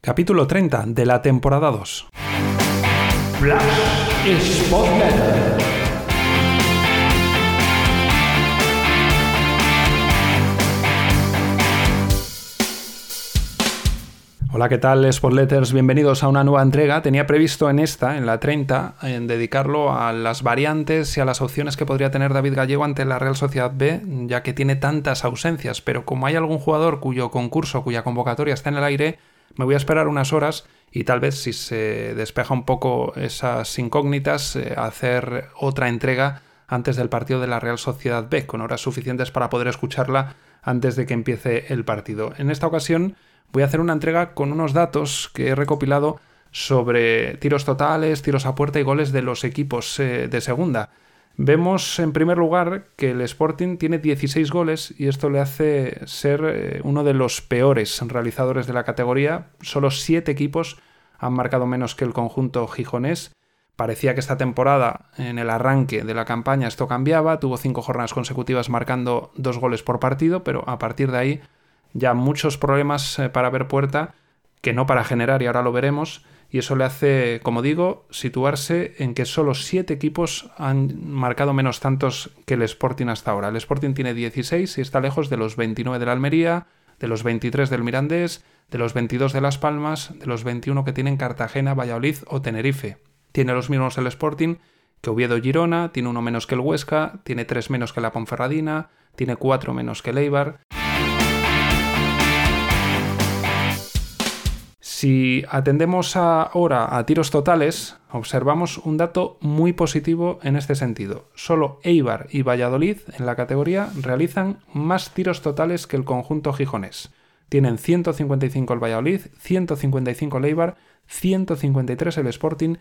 Capítulo 30 de la temporada 2. Flash Sport Letter. Hola, ¿qué tal, Spotletters? Bienvenidos a una nueva entrega. Tenía previsto en la 30, en dedicarlo a las variantes y a las opciones que podría tener David Gallego ante la Real Sociedad B, ya que tiene tantas ausencias. Pero como hay algún jugador cuya convocatoria está en el aire, me voy a esperar unas horas y tal vez, si se despeja un poco esas incógnitas, hacer otra entrega antes del partido de la Real Sociedad B, con horas suficientes para poder escucharla antes de que empiece el partido. En esta ocasión voy a hacer una entrega con unos datos que he recopilado sobre tiros totales, tiros a puerta y goles de los equipos de segunda. Vemos en primer lugar que el Sporting tiene 16 goles y esto le hace ser uno de los peores realizadores de la categoría. Solo 7 equipos han marcado menos que el conjunto gijonés. Parecía que esta temporada, en el arranque de la campaña, esto cambiaba. Tuvo 5 jornadas consecutivas marcando 2 goles por partido, pero a partir de ahí ya muchos problemas para ver puerta, que no para generar, y ahora lo veremos, y eso le hace, como digo, situarse en que solo 7 equipos han marcado menos tantos que el Sporting hasta ahora. El Sporting tiene 16 y está lejos de los 29 del Almería, de los 23 del Mirandés, de los 22 de Las Palmas, de los 21 que tienen Cartagena, Valladolid o Tenerife. Tiene los mismos el Sporting que Oviedo y Girona, tiene 1 menos que el Huesca, tiene 3 menos que la Ponferradina, tiene 4 menos que el Eibar. Si atendemos ahora a tiros totales, observamos un dato muy positivo en este sentido. Solo Eibar y Valladolid en la categoría realizan más tiros totales que el conjunto gijonés. Tienen 155 el Valladolid, 155 el Eibar, 153 el Sporting,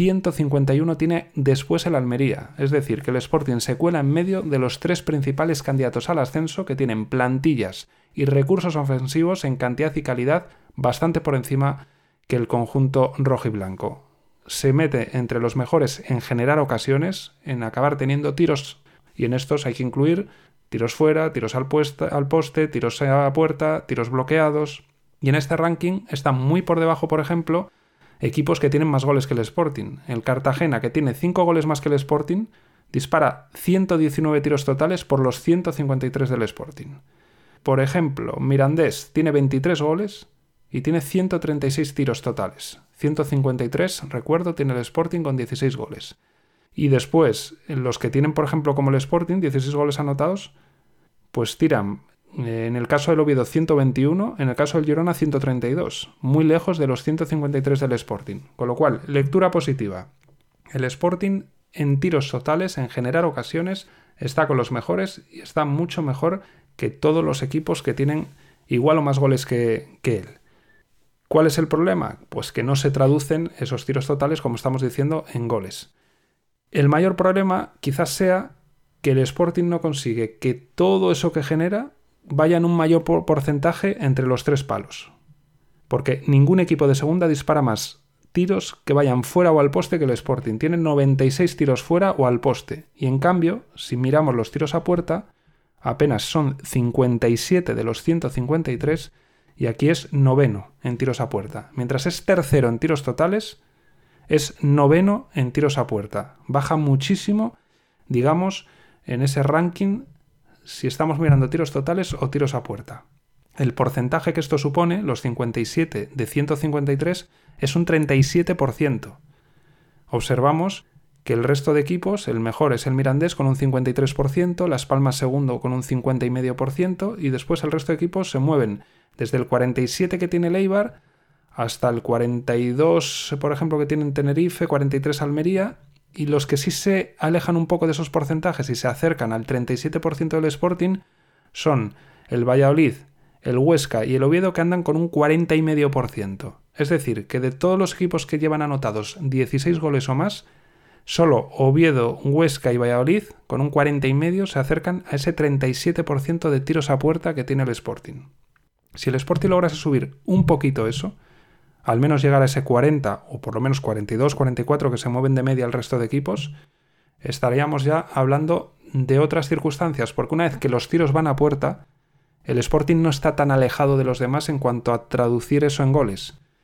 151 tiene después el Almería. Es decir, que el Sporting se cuela en medio de los 3 principales candidatos al ascenso, que tienen plantillas y recursos ofensivos en cantidad y calidad bastante por encima que el conjunto rojiblanco. Se mete entre los mejores en generar ocasiones, en acabar teniendo tiros, y en estos hay que incluir tiros fuera, tiros al poste, tiros a puerta, tiros bloqueados. Y en este ranking están muy por debajo, por ejemplo, equipos que tienen más goles que el Sporting. El Cartagena, que tiene 5 goles más que el Sporting, dispara 119 tiros totales por los 153 del Sporting. Por ejemplo, Mirandés tiene 23 goles y tiene 136 tiros totales. 153, recuerdo, tiene el Sporting con 16 goles. Y después, los que tienen, por ejemplo, como el Sporting, 16 goles anotados, pues tiran, en el caso del Oviedo, 121, en el caso del Girona, 132. Muy lejos de los 153 del Sporting. Con lo cual, lectura positiva. El Sporting, en tiros totales, en generar ocasiones, está con los mejores y está mucho mejor que todos los equipos que tienen igual o más goles que él. ¿Cuál es el problema? Pues que no se traducen esos tiros totales, como estamos diciendo, en goles. El mayor problema quizás sea que el Sporting no consigue que todo eso que genera vaya en un mayor porcentaje entre los 3 palos. Porque ningún equipo de segunda dispara más tiros que vayan fuera o al poste que el Sporting. Tiene 96 tiros fuera o al poste. Y en cambio, si miramos los tiros a puerta, apenas son 57 de los 153 y aquí es noveno en tiros a puerta. Mientras es tercero en tiros totales, es noveno en tiros a puerta. Baja muchísimo, digamos, en ese ranking si estamos mirando tiros totales o tiros a puerta. El porcentaje que esto supone, los 57 de 153, es un 37%. Observamos que el resto de equipos, el mejor es el Mirandés con un 53%, Las Palmas segundo con un 50,5% y después el resto de equipos se mueven desde el 47 que tiene el Eibar hasta el 42, por ejemplo, que tienen Tenerife, 43 Almería, y los que sí se alejan un poco de esos porcentajes y se acercan al 37% del Sporting son el Valladolid, el Huesca y el Oviedo, que andan con un 40,5%. Es decir, que de todos los equipos que llevan anotados 16 goles o más, solo Oviedo, Huesca y Valladolid, con un 40,5%, se acercan a ese 37% de tiros a puerta que tiene el Sporting. Si el Sporting lograse subir un poquito eso, al menos llegar a ese 40 o por lo menos 42, 44 que se mueven de media el resto de equipos, estaríamos ya hablando de otras circunstancias, porque una vez que los tiros van a puerta, el Sporting no está tan alejado de los demás en cuanto a traducir eso en goles.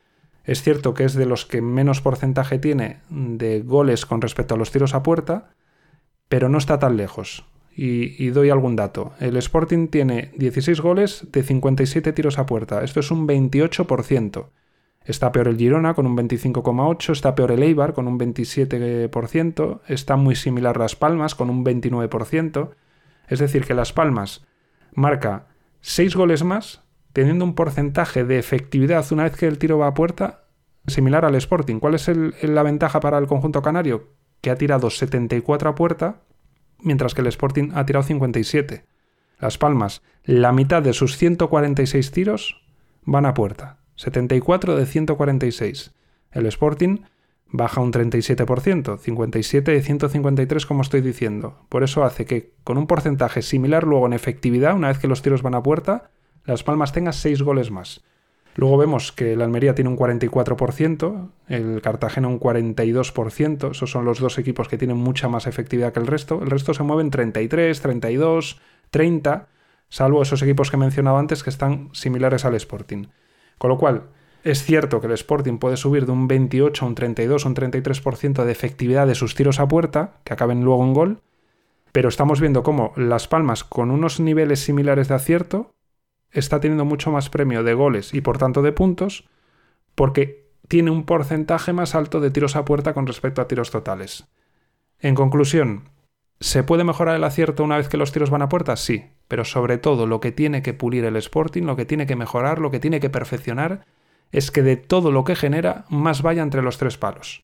Es cierto que es de los que menos porcentaje tiene de goles con respecto a los tiros a puerta, pero no está tan lejos. Y doy algún dato. El Sporting tiene 16 goles de 57 tiros a puerta. Esto es un 28%. Está peor el Girona con un 25,8%, está peor el Eibar con un 27%, está muy similar Las Palmas con un 29%. Es decir, que Las Palmas marca 6 goles más, teniendo un porcentaje de efectividad una vez que el tiro va a puerta similar al Sporting. ¿Cuál es la ventaja para el conjunto canario? Que ha tirado 74 a puerta, mientras que el Sporting ha tirado 57. Las Palmas, la mitad de sus 146 tiros van a puerta. 74 de 146. El Sporting baja un 37%, 57 de 153 como estoy diciendo. Por eso hace que con un porcentaje similar luego en efectividad, una vez que los tiros van a puerta, Las Palmas tenga 6 goles más. Luego vemos que el Almería tiene un 44%, el Cartagena un 42%, esos son los dos equipos que tienen mucha más efectividad que el resto. El resto se mueve en 33, 32, 30, salvo esos equipos que he mencionado antes que están similares al Sporting. Con lo cual, es cierto que el Sporting puede subir de un 28 a un 32 o un 33% de efectividad de sus tiros a puerta, que acaben luego en gol, pero estamos viendo cómo Las Palmas, con unos niveles similares de acierto, está teniendo mucho más premio de goles y por tanto de puntos, porque tiene un porcentaje más alto de tiros a puerta con respecto a tiros totales. En conclusión, ¿se puede mejorar el acierto una vez que los tiros van a puerta? Sí, pero sobre todo lo que tiene que pulir el Sporting, lo que tiene que mejorar, lo que tiene que perfeccionar, es que de todo lo que genera, más vaya entre los 3 palos.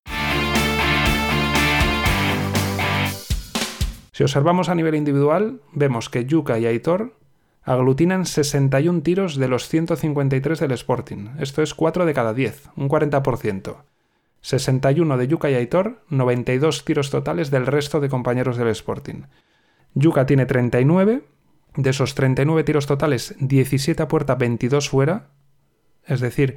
Si observamos a nivel individual, vemos que Yuka y Aitor aglutinan 61 tiros de los 153 del Sporting. Esto es 4 de cada 10, un 40%. 61 de Yuka y Aitor, 92 tiros totales del resto de compañeros del Sporting. Yuka tiene 39, de esos 39 tiros totales, 17 a puerta, 22 fuera, es decir,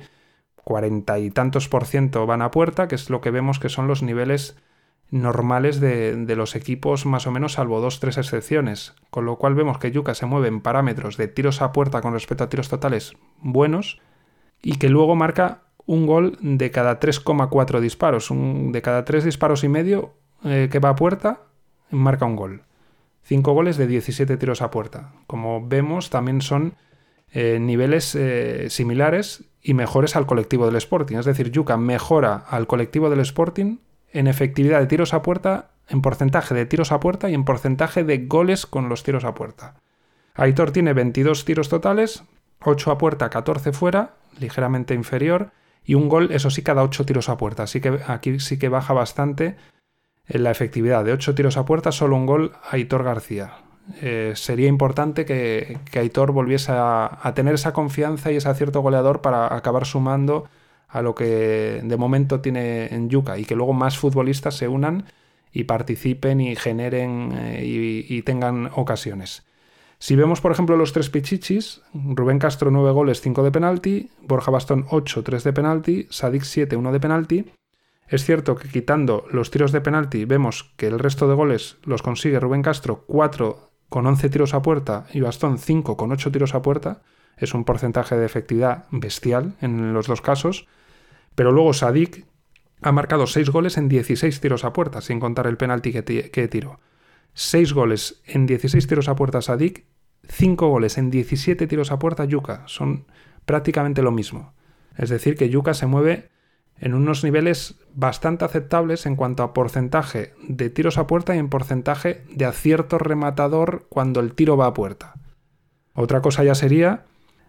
40 y tantos % van a puerta, que es lo que vemos que son los niveles normales de los equipos, más o menos, salvo 2-3 excepciones, con lo cual vemos que Yuka se mueve en parámetros de tiros a puerta con respecto a tiros totales buenos y que luego marca un gol de cada 3,4 disparos, de cada 3 disparos y medio que va a puerta, marca un gol. 5 goles de 17 tiros a puerta. Como vemos, también son niveles similares y mejores al colectivo del Sporting. Es decir, Yuka mejora al colectivo del Sporting en efectividad de tiros a puerta, en porcentaje de tiros a puerta y en porcentaje de goles con los tiros a puerta. Aitor tiene 22 tiros totales, 8 a puerta, 14 fuera, ligeramente inferior, y un gol, eso sí, cada 8 tiros a puerta. Así que aquí sí que baja bastante en la efectividad. De 8 tiros a puerta, solo un gol a Aitor García. Sería importante que Aitor volviese a tener esa confianza y ese acierto goleador para acabar sumando a lo que de momento tiene en Yuka y que luego más futbolistas se unan y participen y generen y tengan ocasiones. Si vemos, por ejemplo, los 3 pichichis, Rubén Castro 9 goles, 5 de penalti, Borja Bastón 8, 3 de penalti, Sadik 7, 1 de penalti. Es cierto que quitando los tiros de penalti vemos que el resto de goles los consigue Rubén Castro, 4 con 11 tiros a puerta y Bastón 5 con 8 tiros a puerta. Es un porcentaje de efectividad bestial en los dos casos. Pero luego Sadik ha marcado 6 goles en 16 tiros a puerta, sin contar el penalti que tiró. 6 goles en 16 tiros a puerta Sadik, 5 goles en 17 tiros a puerta Yuka. Son prácticamente lo mismo. Es decir, que Yuka se mueve en unos niveles bastante aceptables en cuanto a porcentaje de tiros a puerta y en porcentaje de acierto rematador cuando el tiro va a puerta. Otra cosa ya sería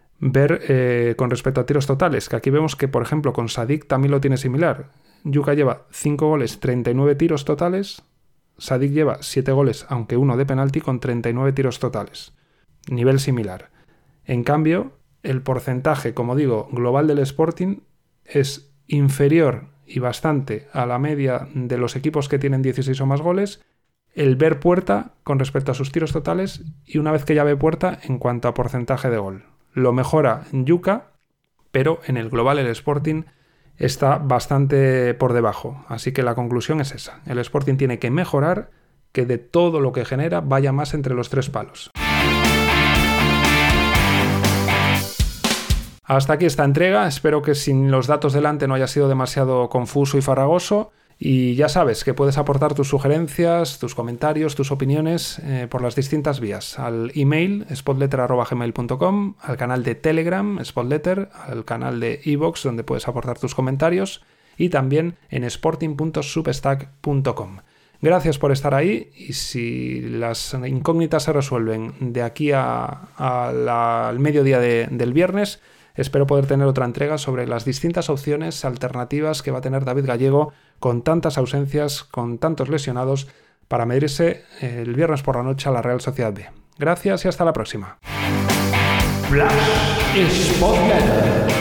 ver con respecto a tiros totales, que aquí vemos que, por ejemplo, con Sadik también lo tiene similar. Yuka lleva 5 goles, 39 tiros totales. Sadik lleva 7 goles, aunque 1 de penalti, con 39 tiros totales. Nivel similar. En cambio, el porcentaje, como digo, global del Sporting es inferior y bastante a la media de los equipos que tienen 16 o más goles, el ver puerta con respecto a sus tiros totales y una vez que ya ve puerta en cuanto a porcentaje de gol. Lo mejora Yuka, pero en el global el Sporting está bastante por debajo. Así que la conclusión es esa. El Sporting tiene que mejorar, que de todo lo que genera vaya más entre los 3 palos. Hasta aquí esta entrega, espero que sin los datos delante no haya sido demasiado confuso y farragoso. Y ya sabes que puedes aportar tus sugerencias, tus comentarios, tus opiniones por las distintas vías. Al email spotletter@gmail.com, al canal de Telegram Spotletter, al canal de iVoox donde puedes aportar tus comentarios y también en sporting.substack.com. Gracias por estar ahí y si las incógnitas se resuelven de aquí al mediodía del viernes, espero poder tener otra entrega sobre las distintas opciones alternativas que va a tener David Gallego con tantas ausencias, con tantos lesionados, para medirse el viernes por la noche a la Real Sociedad B. Gracias y hasta la próxima. Flash Spotletter.